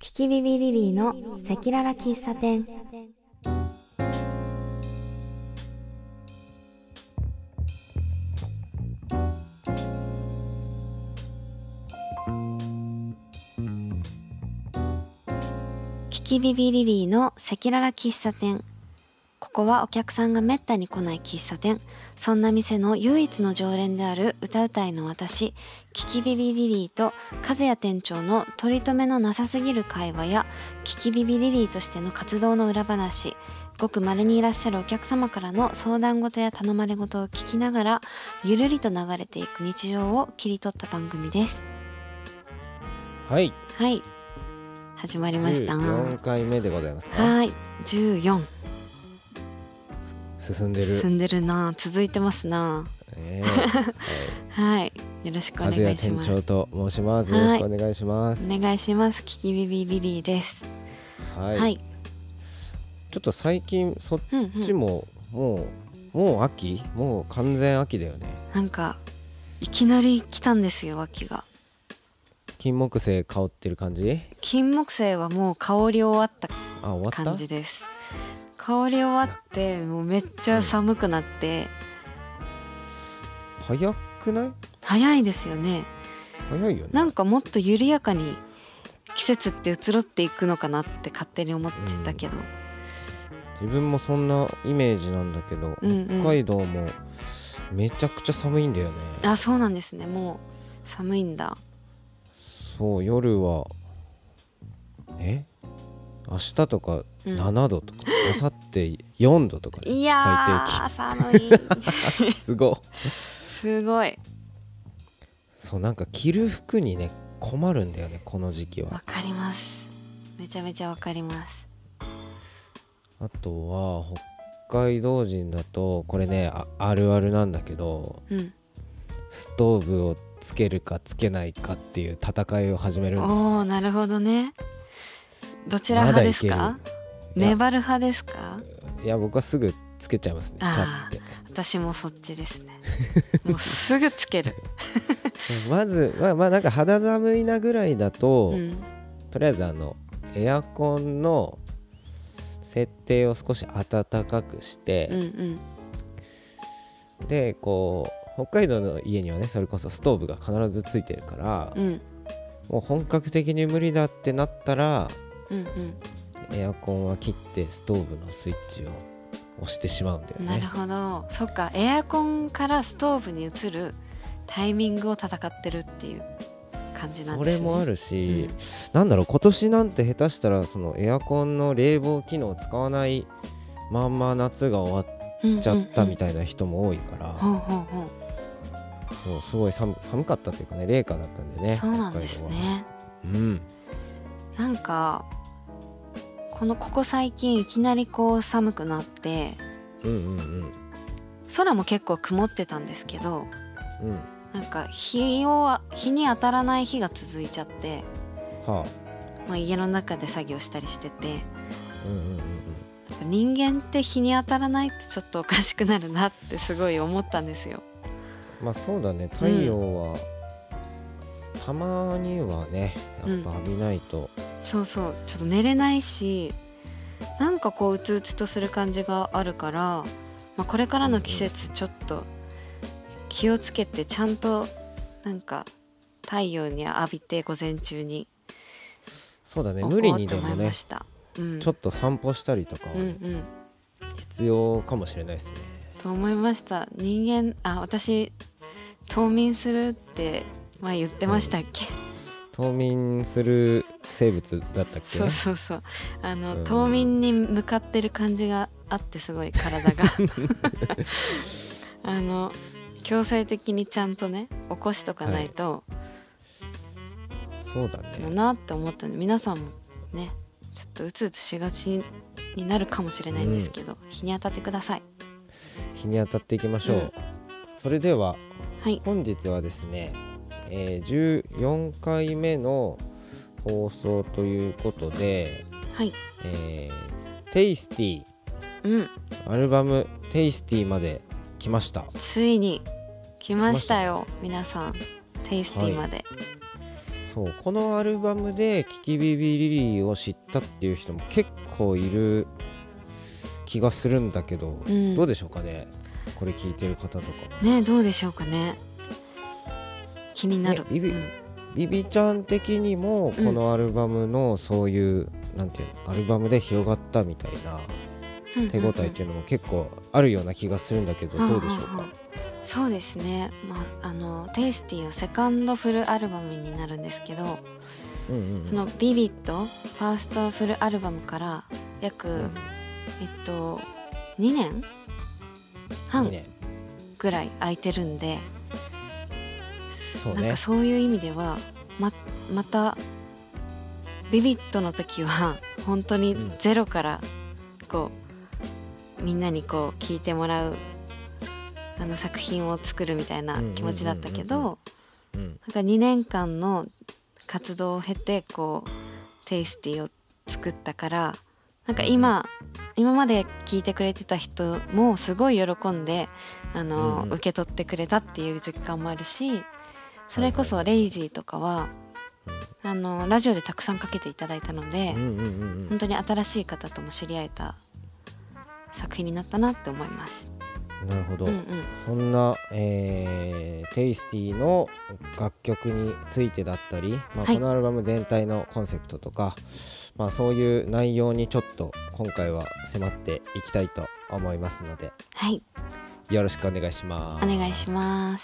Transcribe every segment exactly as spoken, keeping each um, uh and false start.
キキビビリリーの赤裸々喫茶店。キキビビリリーの赤裸々喫茶店。ここはお客さんがめったに来ない喫茶店。そんな店の唯一の常連である歌うたいの私、キキビビリリーと和也店長の取り留めのなさすぎる会話や、キキビビリリーとしての活動の裏話、ごく稀にいらっしゃるお客様からの相談事や頼まれ事を聞きながら、ゆるりと流れていく日常を切り取った番組です。 はいはい、始まりました。 じゅうよんかいめでございますか。 はい、じゅうよん。 進んでる進んでるな、続いてますな、 えーはい、はい、よろしくお願いします。 和也店長と申します。よろしくお願いします。 お願いします。キキビビリリーです。 はい、 はい、 ちょっと最近そっちも、うんうん、もうもう秋、もう完全秋だよね。 なんかいきなり来たんですよ、秋が。 金木犀香ってる感じ？ 金木犀はもう香り終わったあ、終わった感じです。香り終わってもうめっちゃ寒くなって、 うん、早くない？ 早いですよね。 早いよね。 なんかもっと緩やかに季節って移ろっていくのかなって勝手に思ってたけど、うん、 自分もそんなイメージなんだけど、うんうん、北海道もめちゃくちゃ寒いんだよね。 あ、そうなんですね。もう寒いんだ。そう、 夜はえ明日とかななどとか、うん、明後日よんどとか、ね、 いやー最低気すごすごい。 そう、なんか着る服にね困るんだよね、この時期は。 わかります、めちゃめちゃわかります。 あとは北海道人だとこれね あ, あるあるなんだけど、うん、ストーブをつけるかつけないかっていう戦いを始めるんだよ。 おー、なるほどね。どちら派ですか？粘る派ですか？ いや、僕はすぐつけちゃいますね。チャって。 私もそっちですね。もうすぐつけるまずまあまあなんか肌寒いなぐらいだと、うん、とりあえずあのエアコンの設定を少し暖かくして、うんうん、でこう北海道の家にはねそれこそストーブが必ずついてるから、うん、もう本格的に無理だってなったら、うんうん、エアコンは切ってストーブのスイッチを押してしまうんだよね。 なるほど。そっか、エアコンからストーブに移るタイミングを戦ってるっていう感じなんですね。 それもあるし、うん、なんだろう、今年なんて下手したらそのエアコンの冷房機能を使わないまんま夏が終わっちゃったみたいな人も多いから、そう、すごい 寒, 寒かったというかね、冷夏だったんでね。 そうなんですね。 うん、 なんかこのここ最近いきなりこう寒くなって、うんうんうん、空も結構曇ってたんですけど、うん、なんか日を日に当たらない日が続いちゃって、はあ、まあ、家の中で作業したりしてて、うんうんうんうん、人間って日に当たらないってちょっとおかしくなるなってすごい思ったんですよ。 まあそうだね、太陽は、うん、たまにはねやっぱ浴びないと、うん、 そうそう、ちょっと寝れないし、なんかこううつうつとする感じがあるから、まあ、これからの季節ちょっと気をつけてちゃんとなんか太陽に浴びて午前中に、 そうだね、無理にでもね、 うん、 ちょっと散歩したりとかは、ね、うんうん、必要かもしれないですねと思いました。人間、あ、私冬眠するって前言ってましたっけ、うん、 冬眠する生物だったっけ。 そうそうそう、あの、うん、冬眠に向かってる感じがあって、すごい体があの強制的にちゃんとね起こしとかないと、はい、 そうだねなって思ったんで、皆さんもねちょっとうつうつしがちになるかもしれないんですけど、うん、日に当たってください。 日に当たっていきましょう、うん、それでは、 はい、 本日はですね、えー、じゅうよんかいめの放送ということで、 はい、 えー、テイスティ、うん、アルバムテイスティまで来ました。 ついに来ましたよ、皆さん。テイスティまで、はい、 そうこのアルバムでキキビビリリーを知ったっていう人も結構いる気がするんだけど、うん、どうでしょうかね、これ聞いてる方とかね。どうでしょうかね、気になる、ね、 ビビ、うん、ビビちゃん的にもこのアルバムのそういう、うん、なんていうの、アルバムで広がったみたいな手応えっていうのも結構あるような気がするんだけど、どうでしょうか。 そうですね、まあ、あのテイスティはセカンドフルアルバムになるんですけど、うんうんうん、そのビビットファーストフルアルバムから約、うん、えっとにねんはんぐらい空いてるんで、そうね、なんかそういう意味では ま, またビビットの時は本当にゼロからこう、うん、みんなにこう聴いてもらうあの作品を作るみたいな気持ちだったけど、なんかにねんかんの活動を経てこうテイスティを作ったから、なんか今今まで聞いてくれてた人もすごい喜んであの、うん、受け取ってくれたっていう実感もあるし、それこそレイジーとかはあのラジオでたくさんかけていただいたので、うんうんうんうん、本当に新しい方とも知り合えた作品になったなって思います。 なるほど、うんうん、そんな、えー、テイスティの楽曲についてだったり、まあ、このアルバム全体のコンセプトとか、はい、まあ、そういう内容にちょっと今回は迫っていきたいと思いますので、 はい、 よろしくお願いします。 お願いします。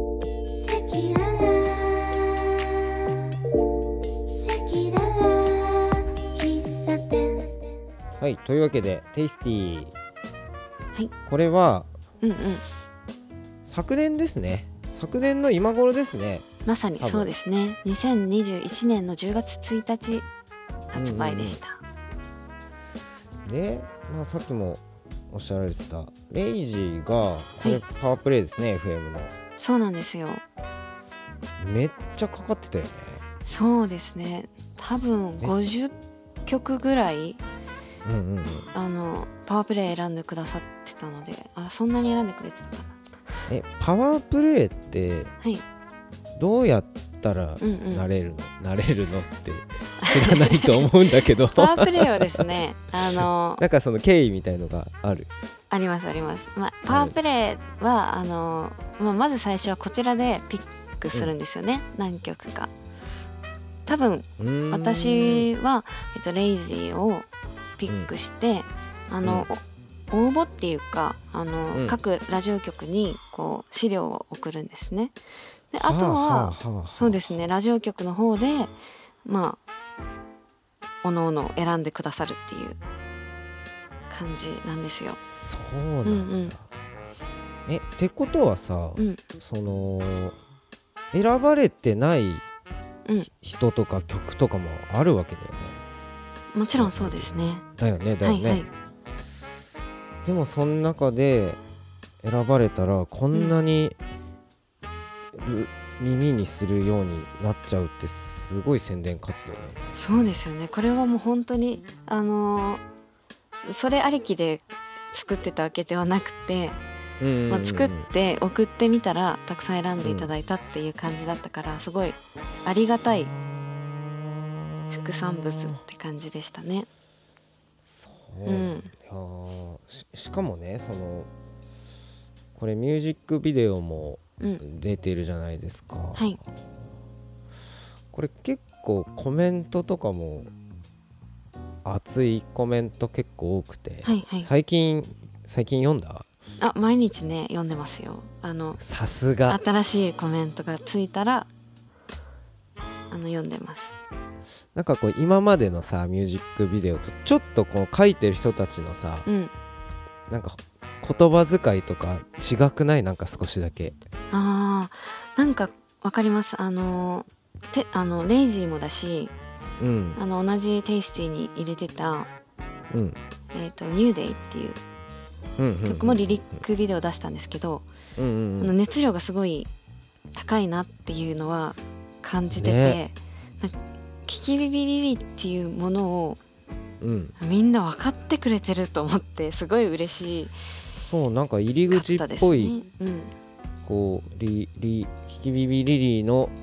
はい、というわけでテイスティ、 はい、 これは、 うんうん、 昨年ですね。昨年の今頃ですね。 まさにそうですね。にせんにじゅういちねんのじゅうがつついたち発売でした。 うんうんうん、で、まあ、さっきもおっしゃられてたレイジーがこれパワープレイですね、はい、エフエム の。 そうなんですよ。 めっちゃかかってたよね。 そうですね。多分ごじゅっきょくぐらい、 うんうんうん、 あのパワープレイ選んでくださってたので、あ、そんなに選んでくれてたかな。 え、パワープレイってどうやったらなれるの、うんうん、なれるのって知らないと思うんだけどパワープレイはですね、あのなんかその経緯みたいのがある？ ありますあります、まあ、パワープレイはあの、まあ、まず最初はこちらでピックするんですよね、うん、何曲か。多分私は、えっと、レイジーをピックして、うん、あの、うん、応募っていうかあの、うん、各ラジオ局にこう資料を送るんですね。であとは、はあはあはあ、そうですね、ラジオ局の方でまあおのおの選んでくださるっていう感じなんですよ。 そうなんだ、うんうん、えってことはさ、うん、その選ばれてない人とか曲とかもあるわけだよね。 もちろんそうですね。 だよねだよね、はいはい、でもその中で選ばれたらこんなに、うん、耳にするようになっちゃうってすごい宣伝活動だよね。 そうですよね。これはもう本当にあのー、それありきで作ってたわけではなくて、うんうんうん、まあ、作って送ってみたらたくさん選んでいただいたっていう感じだったから、すごいありがたい副産物って感じでしたね。 そう、うん、いや し, しかもね、そのこれミュージックビデオも出てるじゃないですか、うん、はい、これ結構コメントとかも熱いコメント結構多くて、はいはい、最近最近読んだ？ あ、毎日ね読んでますよ。あのさすが新しいコメントがついたらあの読んでます。 なんかこう今までのさミュージックビデオとちょっとこう書いてる人たちのさ、うん、なんか言葉遣いとか違くない？なんか少しだけ。 あー、なんかわかります。あのてあのレイジーもだし、うん、あの同じテイスティに入れてた、うん、えーと、ニューデイっていう曲もリリックビデオ出したんですけど、うんうんうん、あの熱量がすごい高いなっていうのは感じてて、ね、なんかキキビビリリっていうものを、うん、みんな分かってくれてると思ってすごい嬉しい。 そう、なんか入り口っぽい、ね、うん、こうリリキキビビリリの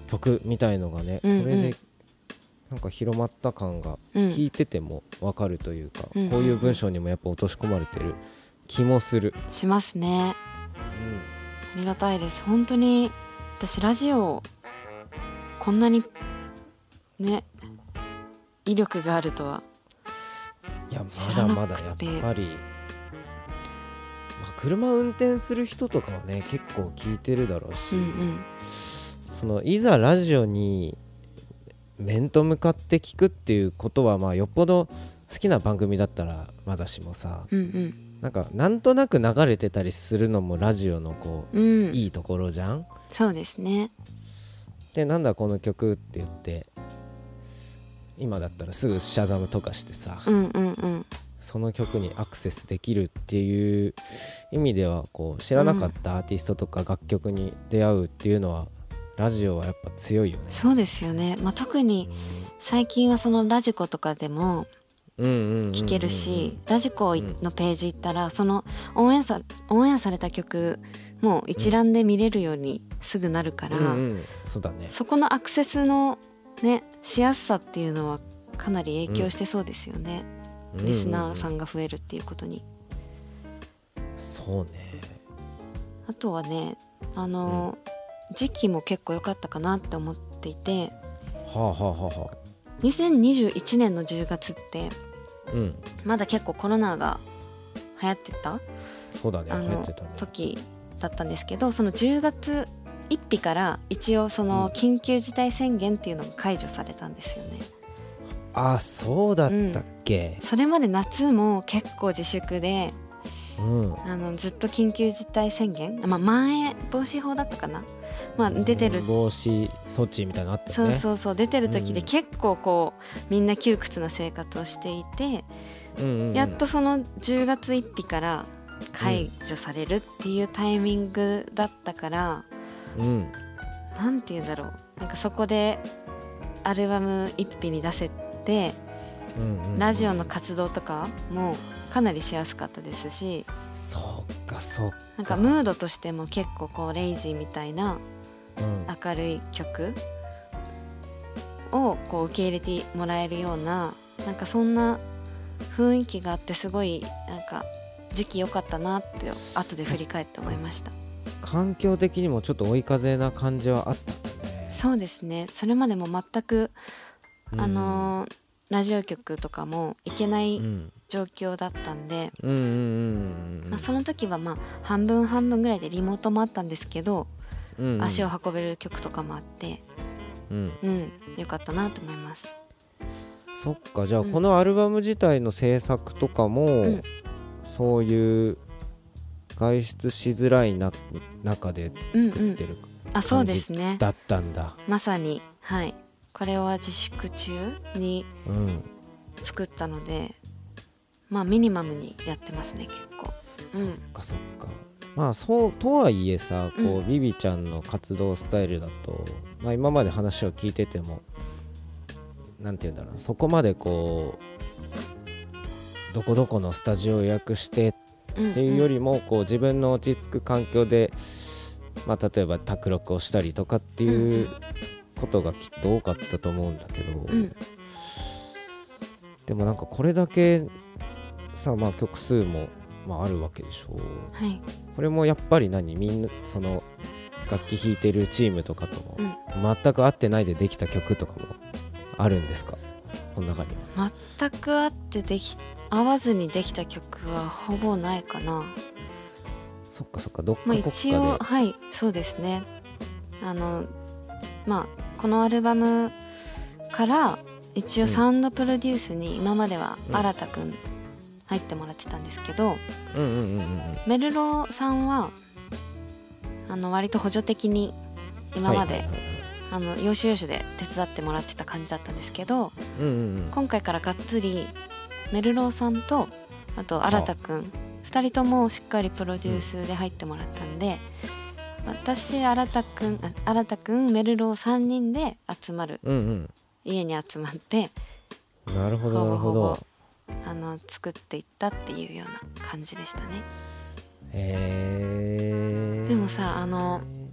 曲みたいのがね、うんうん、これでなんか広まった感が聞いてても分かるというか、うん、こういう文章にもやっぱ落とし込まれてる気もする。 しますね、うん、ありがたいです。本当に私ラジオこんなにね威力があるとは。 いやまだまだやっぱり、まあ、車運転する人とかはね結構聞いてるだろうし、うんうん、そのいざラジオに面と向かって聞くっていうことは、まあよっぽど好きな番組だったらまだしもさ、うんうん、なんかなんとなく流れてたりするのもラジオのこう、うん、いいところじゃん。 そうですね。 でなんだこの曲って言って今だったらすぐシャザムとかしてさ、うんうんうん、その曲にアクセスできるっていう意味ではこう知らなかったアーティストとか楽曲に出会うっていうのは、ラジオはやっぱ強いよね。 そうですよね、まあ、特に最近はそのラジコとかでも聴けるし、ラジコのページ行ったらそのオンエアさ、オンエアされた曲もう一覧で見れるようにすぐなるから、うんうん、 そうだね、 そこのアクセスの、ね、しやすさっていうのはかなり影響してそうですよね、うん、リスナーさんが増えるっていうことに、 うんうんうん、そうね。 あとはねあの、うん、時期も結構良かったかなって思っていて、 はあはあはあ、 にせんにじゅういちねんのじゅうがつって、 うん、 まだ結構コロナが流行ってたそうだね、 あの流行ってたね時だったんですけど、そのじゅうがつついたちから一応その緊急事態宣言っていうのが解除されたんですよね、 うん、あ、そうだったっけ、 うん、それまで夏も結構自粛で、 うん、 あのずっと緊急事態宣言、まあ、まん延防止法だったかな、まあ、出てる防止措置みたいなのあったよね。 そうそうそう、出てる時で結構こうみんな窮屈な生活をしていて、うんうんうん、やっとそのじゅうがつついたちから解除されるっていうタイミングだったから、うん、なんて言うんだろう、なんかそこでアルバム一品に出せて、うんうんうん、ラジオの活動とかもかなりしやすかったですし、 そうかそうか、 なんかムードとしても結構こうレイジーみたいな明るい曲をこう受け入れてもらえるような、なんかそんな雰囲気があって、すごいなんか時期良かったなって後で振り返って思いました。 環境的にもちょっと追い風な感じはあったんだね。 そうですね、それまでも全く、うん、あのー、ラジオ局とかも行けない状況だったんで、その時はまあ半分半分ぐらいでリモートもあったんですけど、うんうん、足を運べる曲とかもあって、うんうん、よかったなと思います。 そっか、じゃあこのアルバム自体の制作とかも、うん、そういう外出しづらいな中で作ってる感じだったんだ。 まさに、はい、これは自粛中に作ったので、うん、まあミニマムにやってますね結構、 うん、そっかそっか。まあそうとはいえさ、こう、うん、ビビちゃんの活動スタイルだと、まあ、今まで話を聞いててもなんていうんだろう、そこまでこうどこどこのスタジオを予約してっていうよりも、こう自分の落ち着く環境で、まあ、例えば卓録をしたりとかっていうことがきっと多かったと思うんだけど、うん、でもなんかこれだけさ、まあ、曲数も、まあ、あるわけでしょう、はい、これもやっぱり何みんなその楽器弾いてるチームとかとも全く合ってないでできた曲とかもあるんですか、この中には。全く合ってでき合わずにできた曲はほぼないかな。 そっかそっか、どっか国家で、まあ、一応はいそうですね、あのまあこのアルバムから一応サウンドプロデュースに今までは新田くん入ってもらってたんですけど、メルロさんはあの割と補助的に今まで、はいはいはい、あの要所要所で手伝ってもらってた感じだったんですけど、うんうんうん、今回からがっつりメルローさんとあと新田くんふたりともしっかりプロデュースで入ってもらったんで、うん、私新田くん新田くんメルローさんにんで集まる、うんうん、家に集まってなるほどなるほど、ほぼほぼあの作っていったっていうような感じでしたね。 へー。 でもさ、あの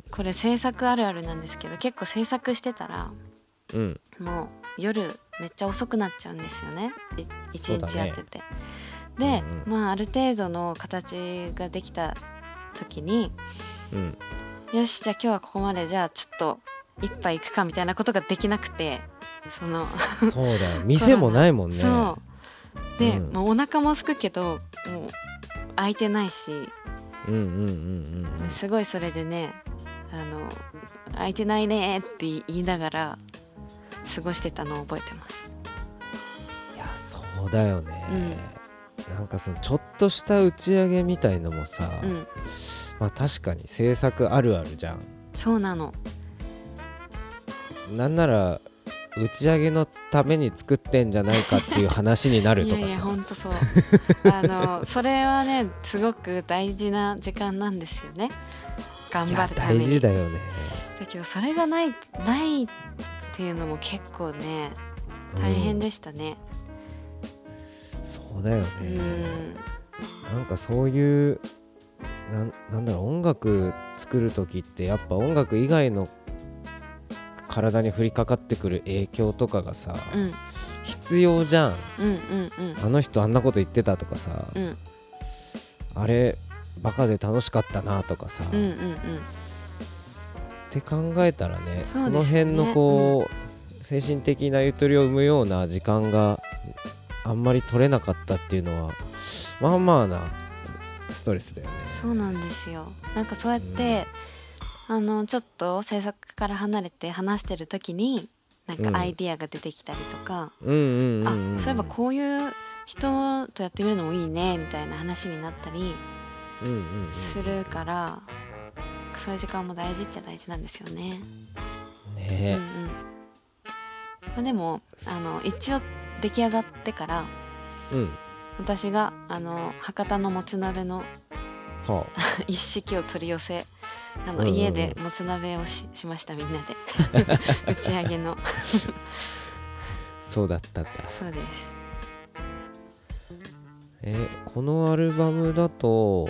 これ制作あるあるなんですけど、結構制作してたら、うん、もう夜めっちゃ遅くなっちゃうんですよね、一日やってて、ね、で、うんうん、まあある程度の形ができた時に、うん、よしじゃあ今日はここまで、じゃあちょっと一杯行くかみたいなことができなくて、そのそうだよ、店もないもんね。 そうで、うん、もうお腹もすくけどもう空いてないし、うんうんうんうん、すごいそれでね、あの空いてないねって言いながら過ごしてたのを覚えてます。 いやそうだよね、うん、なんかそのちょっとした打ち上げみたいのもさ、うん、まあ確かに制作あるあるじゃん。 そうなの。 なんなら打ち上げのために作ってんじゃないかっていう話になるとかさ。いやいや本当そうあのそれはねすごく大事な時間なんですよね、頑張るために。 いや大事だよね。 だけどそれがないないっていうのも結構ね大変でしたね、 うん、そうだよね、うん、なんかそういうな、なんだろう、音楽作る時ってやっぱ音楽以外の体に降りかかってくる影響とかがさ、うん、必要じゃん、うんうんうん、あの人あんなこと言ってたとかさ、うん、あれバカで楽しかったなとかさ、うんうんうん、って考えたら ね, そ, ねその辺のこう、うん、精神的なゆとりを生むような時間があんまり取れなかったっていうのはまあまあなストレスだよね。 そうなんですよ。なんかそうやって、うん、あのちょっと制作から離れて話してる時になんかアイディアが出てきたりとか、うん、あ、そういえばこういう人とやってみるのもいいねみたいな話になったりするから、そういう時間も大事っちゃ大事なんですよね。ねえ、うんうん、まあ、でもあの一応出来上がってから、うん、私があの博多のもつ鍋の、はあ、一式を取り寄せ、あの、うんうんうん、家でもつ鍋を し, しましたみんなで打ち上げのそうだったんだ。 そうです。 えこのアルバムだと、うん、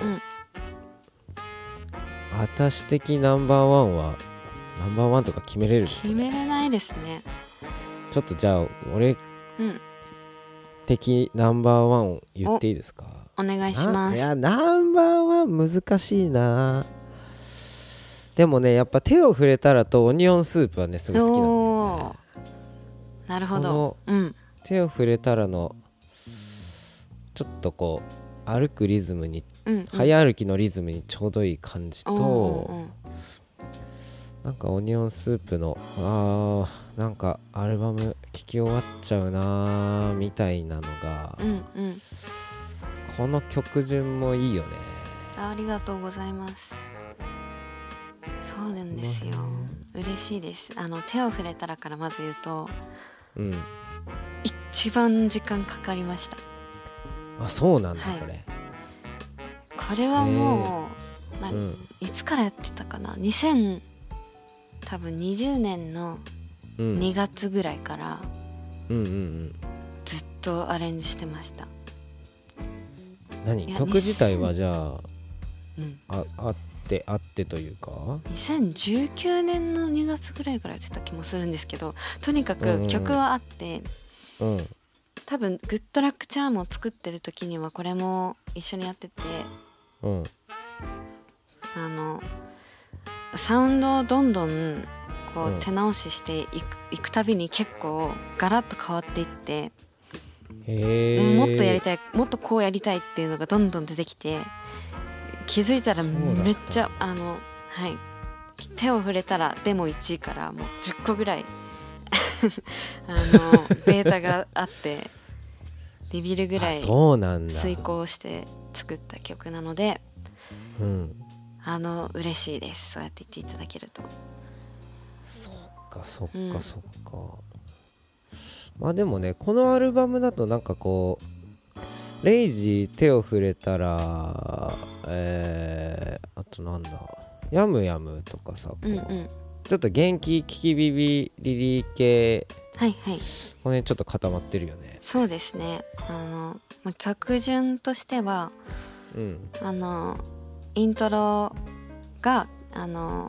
私的ナンバーワンはナンバーワンとか決めれる？ 決めれないですね。 ちょっとじゃあ俺、うん、的ナンバーワンを言っていいですか？ お, お願いします。 いやナンバーワン難しいな。でもねやっぱ手を触れたらとオニオンスープはねすごい好きなんだよね。 なるほど、 うん、手を触れたらのちょっとこう歩くリズムに、うんうん、早歩きのリズムにちょうどいい感じと、うんうん、なんかオニオンスープのあーなんかアルバム聴き終わっちゃうなみたいなのが、うんうん、この曲順もいいよね。 あ, ありがとうございます。そうなんですよ、うん、嬉しいです。あの手を触れたらからまず言うと、うん、一番時間かかりました。 あ、そうなんだ、 はい、 これこれはもう、えーうん、いつからやってたかな、にせん多分にじゅうねんのにがつぐらいから、うんうんうんうん、ずっとアレンジしてました。 何曲自体はじゃあ、うん、あ, あってあってというかにせんじゅうきゅうねんのにがつぐらいからやってた気もするんですけど、とにかく曲はあって、うんうん、多分グッドラックチャームを作ってる時にはこれも一緒にやってて、うん、あのサウンドをどんどんこう手直ししていく、うん、いくたびに結構ガラッと変わっていって、へー、もっとやりたい、もっとこうやりたいっていうのがどんどん出てきて、気づいたらめっちゃあの、はい、手を触れたらでもいちいからもうじゅっこぐらいあのデータがあってビビるぐらい遂行して作った曲なので、うん、あの嬉しいです。そうやって言っていただけると。 そっかそっかそっか、うん、まあでもねこのアルバムだとなんかこうレイジ手を触れたら、えー、あとなんだヤムヤムとかさ、うんうん、ちょっと元気キキビビリリー系、はいはい、この辺ちょっと固まってるよね。 そうですね。あの、まあ、曲順としては、うん、あのイントロがあの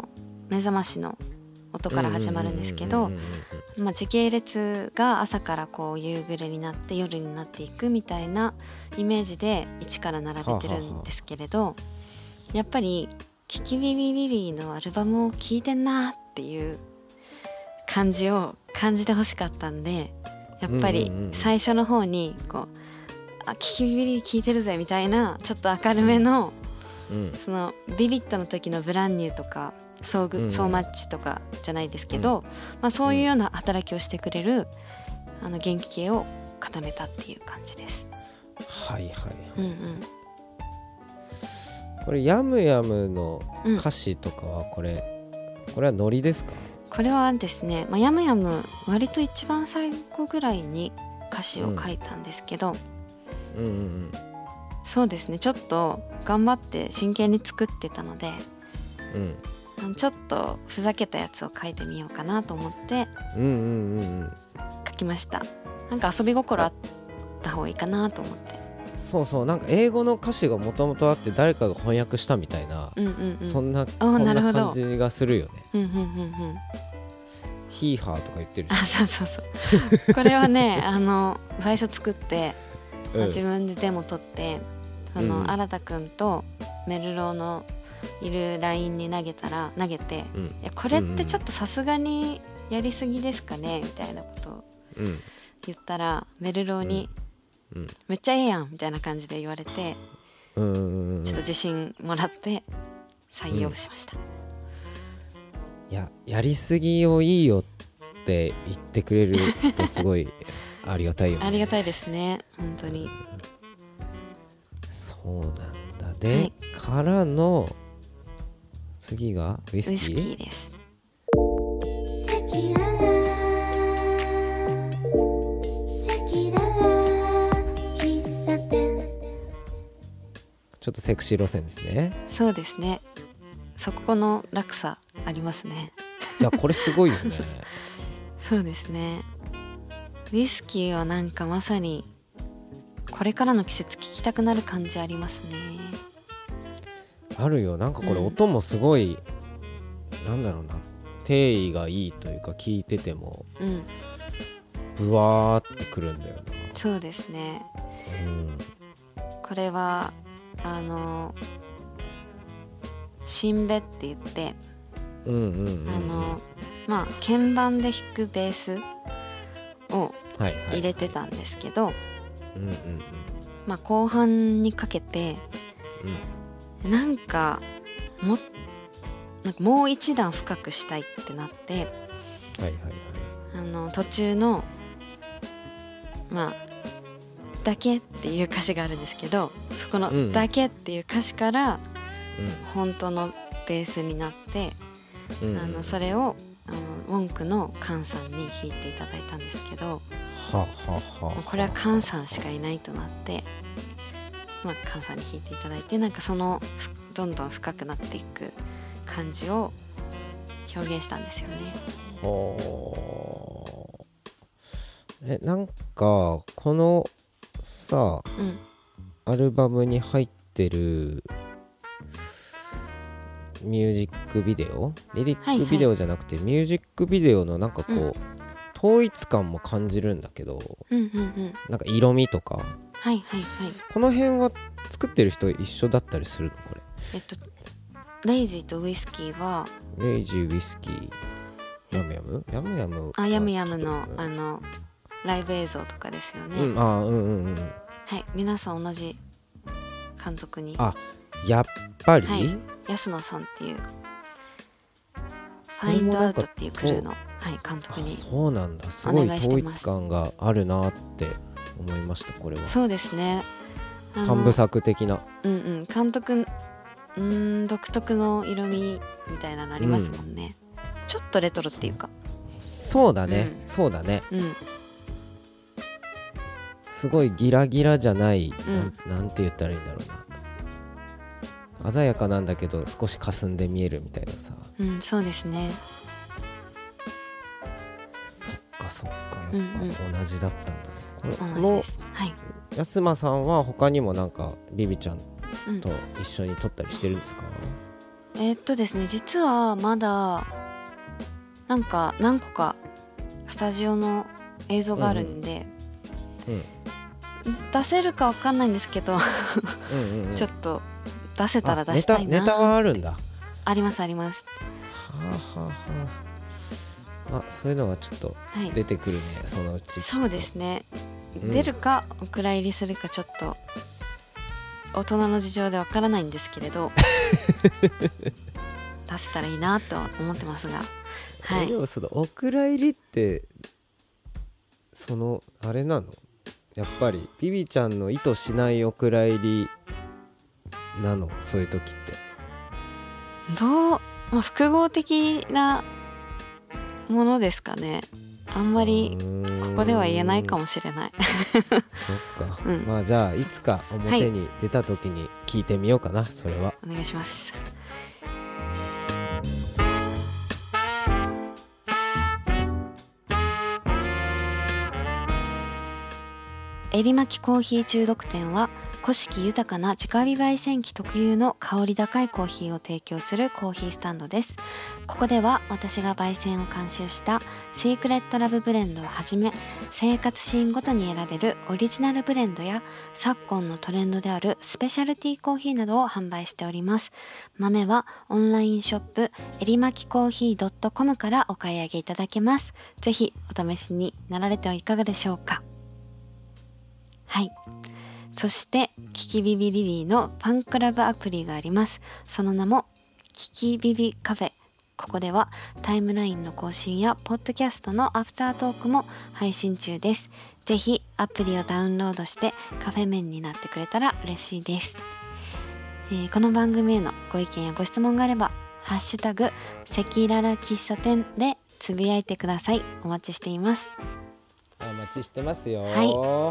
目覚ましの音から始まるんですけど、まあ、時系列が朝からこう夕暮れになって夜になっていくみたいなイメージで一から並べてるんですけれど、はあはあ、やっぱりキキビビリリーのアルバムを聴いてんなっていう感じを感じてほしかったんで、やっぱり最初の方にこうあキキビビリリー聴いてるぜみたいなちょっと明るめの、うん、そのビビットの時のブランニューとかソーグ、うん、ソーマッチとかじゃないですけど、うんまあ、そういうような働きをしてくれるあの元気系を固めたっていう感じです。 はいはいはい、 うんうん、 これヤムヤムの歌詞とかはこれ、うん、これはノリですか？ これはですね、まあ、ヤムヤム割と一番最後ぐらいに歌詞を書いたんですけど、 うんうんうんうん、 そうですね、ちょっと頑張って真剣に作ってたので、うん、ちょっとふざけたやつを書いてみようかなと思って書きました。なんか遊び心あった方がいいかなと思って。 そうそう、なんか英語の歌詞がもともとあって誰かが翻訳したみたいな、うんうんうん、そんなそんな感じがするよね。 うんうんうんうん、 ヒーハーとか言ってるし。あ、そうそうそうこれはねあの最初作って、まあ、自分でデモ取って、うん、その新田くんとメルローのいる ライン に投げたら投げて、うん、いやこれってちょっとさすがにやりすぎですかねみたいなことを言ったら、うん、メルローに、うん、めっちゃええやんみたいな感じで言われて、うん、ちょっと自信もらって採用しました、 うん、いややりすぎをいいよって言ってくれる人すごいありがたいよね。 ありがたいですね本当に。 そうなんだ。で、はい、からの次がウイスキー？ ウイスキーです。 ちょっとセクシー路線ですね。 そうですね、そこの落差ありますね。 いやこれすごいよね。 そうですね、ウイスキーはなんかまさにこれからの季節聴きたくなる感じありますね。 あるよ、なんかこれ音もすごい、うん、なんだろうな、定位がいいというか聞いてても、うん、ブワーってくるんだよな。 そうですね、うん、これはあのシンベって言って、うんうんうんうん、あのまあ鍵盤で弾くベースを入れてたんですけど、はいはいはい、まあ後半にかけて、うん、なんかもなんかもう一段深くしたいってなって、はいはいはい、あの途中のまあだけっていう歌詞があるんですけど、そこのだけっていう歌詞から本当のベースになって、うん、あのそれをあのウォンクのカンさんに弾いていただいたんですけど、はははこれはカンさんしかいないとなって、まあ、カンさんに弾いていただいて、なんかそのどんどん深くなっていく感じを表現したんですよね。 はえなんかこのさ、うん、アルバムに入ってるミュージックビデオ、リリックビデオじゃなくて、はいはい、ミュージックビデオのなんかこう、うん、統一感も感じるんだけど、うんうんうん、なんか色味とか、はいはいはい、この辺は作ってる人一緒だったりするのこれ？ えっとレイジーとウイスキーはレイジーウイスキーヤムヤムヤムヤムあヤムヤムのあのライブ映像とかですよね、 うん、あうんうんうん、 はい、皆さん同じ監督に、 あやっぱり、 はい、安野さんっていうファインドアウトっていうクルーの、はい、監督にそうなんだ、すごい統一感があるなって思いました。これはそうですね、 三部作的な、 うんうん、監督ん独特の色味みたいなのありますもんね、うん、ちょっとレトロっていうか、 そうだね、うん、そうだね、うん、すごいギラギラじゃない、うん、な, なんて言ったらいいんだろうな、鮮やかなんだけど少し霞んで見えるみたいなさ、 うん、そうですね。 そっかそっか、やっぱ同じだったんだね、 うんうん、この同じです、はい、 安間さんは他にもなんかビビちゃんと一緒に撮ったりしてるんですか？ えー、っとですね実はまだなんか何個かスタジオの映像があるんで、うんうんうん、出せるか分かんないんですけどうんうん、うん、ちょっと出せたら出したいな。 ネタ、ネタはあるんだ。 ありますあります。 はあはあはあ、あそういうのはちょっと出てくるね、はい、そのうち。 そうですね、うん、出るかお蔵入りするかちょっと大人の事情でわからないんですけれど出せたらいいなと思ってますが、 はい、でもそのお蔵入りってそのあれなの、やっぱりビビちゃんの意図しないお蔵入りなの、そういう時ってどう、まあ、複合的なものですかね。あんまりここでは言えないかもしれないそっか、うん、まあじゃあいつか表に出た時に聞いてみようかな、はい、それはお願いします。えりまきコーヒー中毒店は古式豊かな直火焙煎機特有の香り高いコーヒーを提供するコーヒースタンドです。ここでは私が焙煎を監修したシークレットラブブレンドをはじめ、生活シーンごとに選べるオリジナルブレンドや昨今のトレンドであるスペシャルティーコーヒーなどを販売しております。豆はオンラインショップえりまきコーヒー .com からお買い上げいただけます。ぜひお試しになられてはいかがでしょうか。はい、そしてキキビビリリーのファンクラブアプリがあります。その名もキキビビカフェ。ここではタイムラインの更新やポッドキャストのアフタートークも配信中です。ぜひアプリをダウンロードしてカフェメンになってくれたら嬉しいです。えー、この番組へのご意見やご質問があればハッシュタグ赤裸々喫茶店でつぶやいてください。お待ちしています。 お待ちしてますよ。 はい、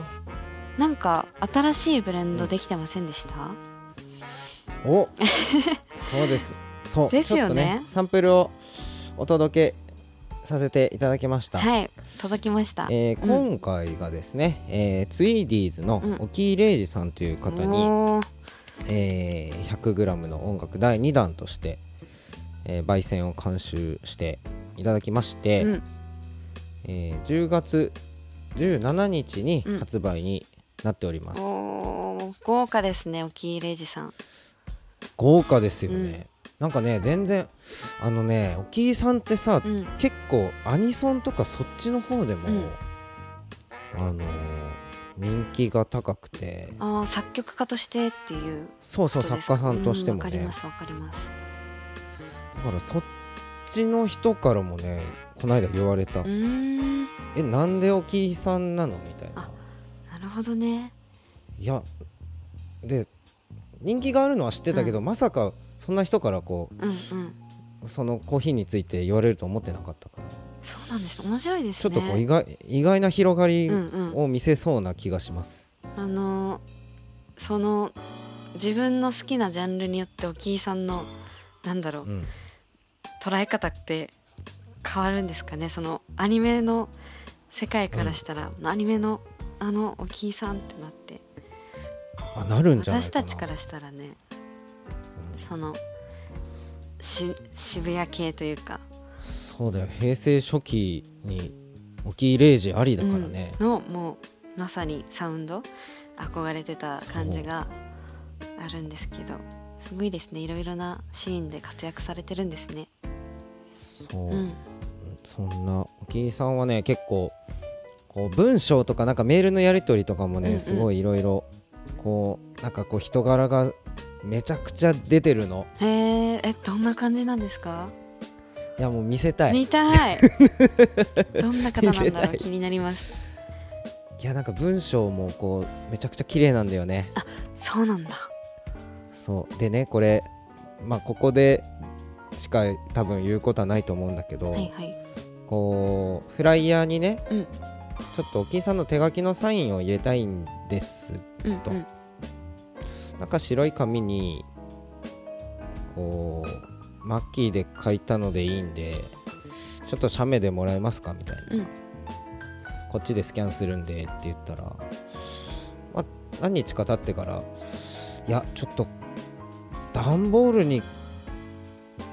なんか新しいブレンドできてませんでした？ うん、おそうです。そうですよね。ちょっとねサンプルをお届けさせていただきました。 はい、届きました。 えー、今回がですね、うん、えー、ツイーディーズの沖井礼二さんという方に、うん、えー、ひゃくグラム の音楽だいにだんとして、えー、焙煎を監修していただきまして、うん、えー、じゅうがつじゅうしちにちに発売になっております。うん、 お豪華ですね、沖井礼二さん。 豪華ですよね。うん、なんかね全然あのね沖井さんってさ、うん、結構アニソンとかそっちの方でも、うん、あのー、人気が高くて、 あ作曲家としてっていう、 そうそう作家さんとしてもね、わ、 うん、かりますわかります。 だからそっちの人からもねこの間言われた。うーん、えなんで沖井さんなのみたいな。 あ、なるほどね。 いやで人気があるのは知ってたけど、うん、まさかそんな人からこう、うんうん、そのコーヒーについて言われると思ってなかったから。 そうなんです、面白いですね。 ちょっとこう意外、意外な広がりを見せそうな気がします。 うんうん、あのその自分の好きなジャンルによって沖井さんのなんだろう、うん、捉え方って変わるんですかね。そのアニメの世界からしたら、うん、アニメのあの沖井さんってなって、 あなるんじゃないかな。 私たちからしたらね、うん、そのし渋谷系というか、 そうだよ、平成初期に沖井礼二ありだからね、 うん、のもうまさにサウンド憧れてた感じがあるんですけど、すごいですね。いろいろなシーンで活躍されてるんですね。 そう、うん、そんな沖井さんはね結構こう文章とかなんかメールのやり取りとかもね、うんうん、すごいいろいろこうなんかこう人柄がめちゃくちゃ出てるの。 へー、えどんな感じなんですか？ いやもう見せたい見たいどんな方なんだろう気になります。 いやなんか文章もこうめちゃくちゃ綺麗なんだよね。 あ、そうなんだ。 そうでね、これまあここでしか多分言うことはないと思うんだけど、はいはい、こうフライヤーにね、うん、ちょっと沖井さんの手書きのサインを入れたいんですと、うんうん、なんか白い紙にこうマッキーで書いたのでいいんでちょっと写メでもらえますかみたいな、うん、こっちでスキャンするんでって言ったら、まあ、何日か経ってからいやちょっと段ボールに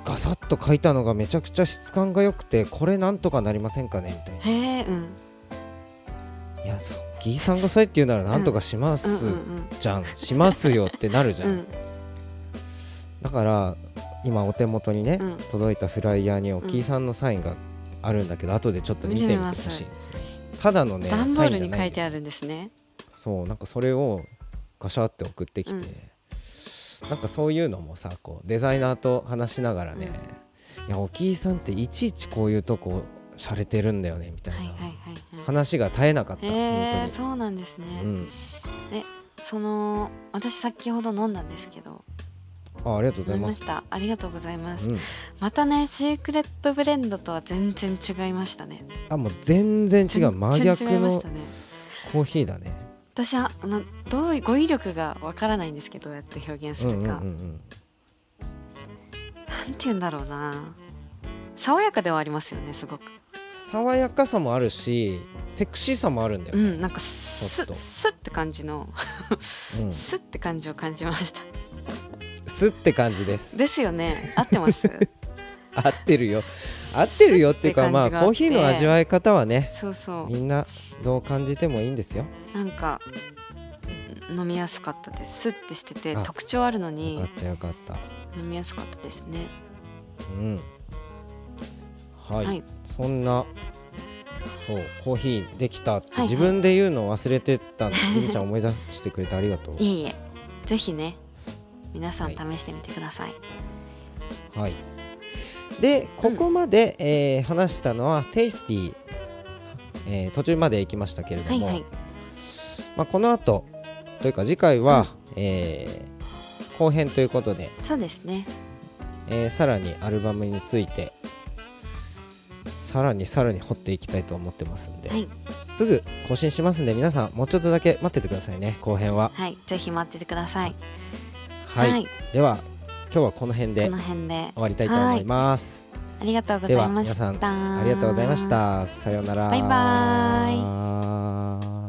ガサッと書いたのがめちゃくちゃ質感が良くて、これなんとかなりませんかねみたいな。 へえ、うん、 いやギーさんがそうやって言うならなんとかしますじゃん、しますよってなるじゃん、うん、だから今お手元にね、うん、届いたフライヤーにおキーさんのサインがあるんだけど、後でちょっと見てみてほしいんですね。ただのね段ボールに書いてあるんですね。 そう、なんかそれをガシャって送ってきて、うん、なんかそういうのもさ、こうデザイナーと話しながらね、うん、いやおキーさんっていちいちこういうとこ洒落てるんだよねみたいな話が絶えなかった。 へー、本当にそうなんですね、うん、えその私先ほど飲んだんですけど、 あ, ありがとうございます。 ました。ありがとうございます、うん、またねシークレットブレンドとは全然違いましたね。 あ、もう全然違う、真逆のコーヒーだね。 私はどういう語彙力がわからないんですけど、どうやって表現するか、うんうんうんうん、なんて言うんだろうな、爽やかではありますよね。すごく爽やかさもあるしセクシーさもあるんだよね、 うん、なんかスッスッって感じの、うん、スッって感じを感じました。 スッって感じですですよね。合ってます合ってるよ合ってるよっていうか、まあコーヒーの味わい方はね、 そうそう、 みんなどう感じてもいいんですよ。 なんか飲みやすかったです。スッてしてて特徴あるのに、 よかったよかった、 飲みやすかったですね。 うん、はい、はい、そんなそうコーヒーできたって自分で言うのを忘れてたんで、ゆみちゃん思い出してくれてありがとう。 いえいえ、ぜひね皆さん試してみてください。 はい、はい、でここまで、うん、えー、話したのはテイスティー、えー、途中まで行きましたけれども、はいはい、まあ、この後というか次回は、うん、えー、後編ということで、 そうですね、 えー、さらにアルバムについてさらにさらに掘っていきたいと思ってますんで、はい、すぐ更新しますんで皆さんもうちょっとだけ待っててくださいね。後編は、 はい、ぜひ待っててください。 はい、はい、では今日はこの辺で終わりたいと思います。 ありがとうございました。 では皆さんありがとうございました。さようなら。 バイバイ。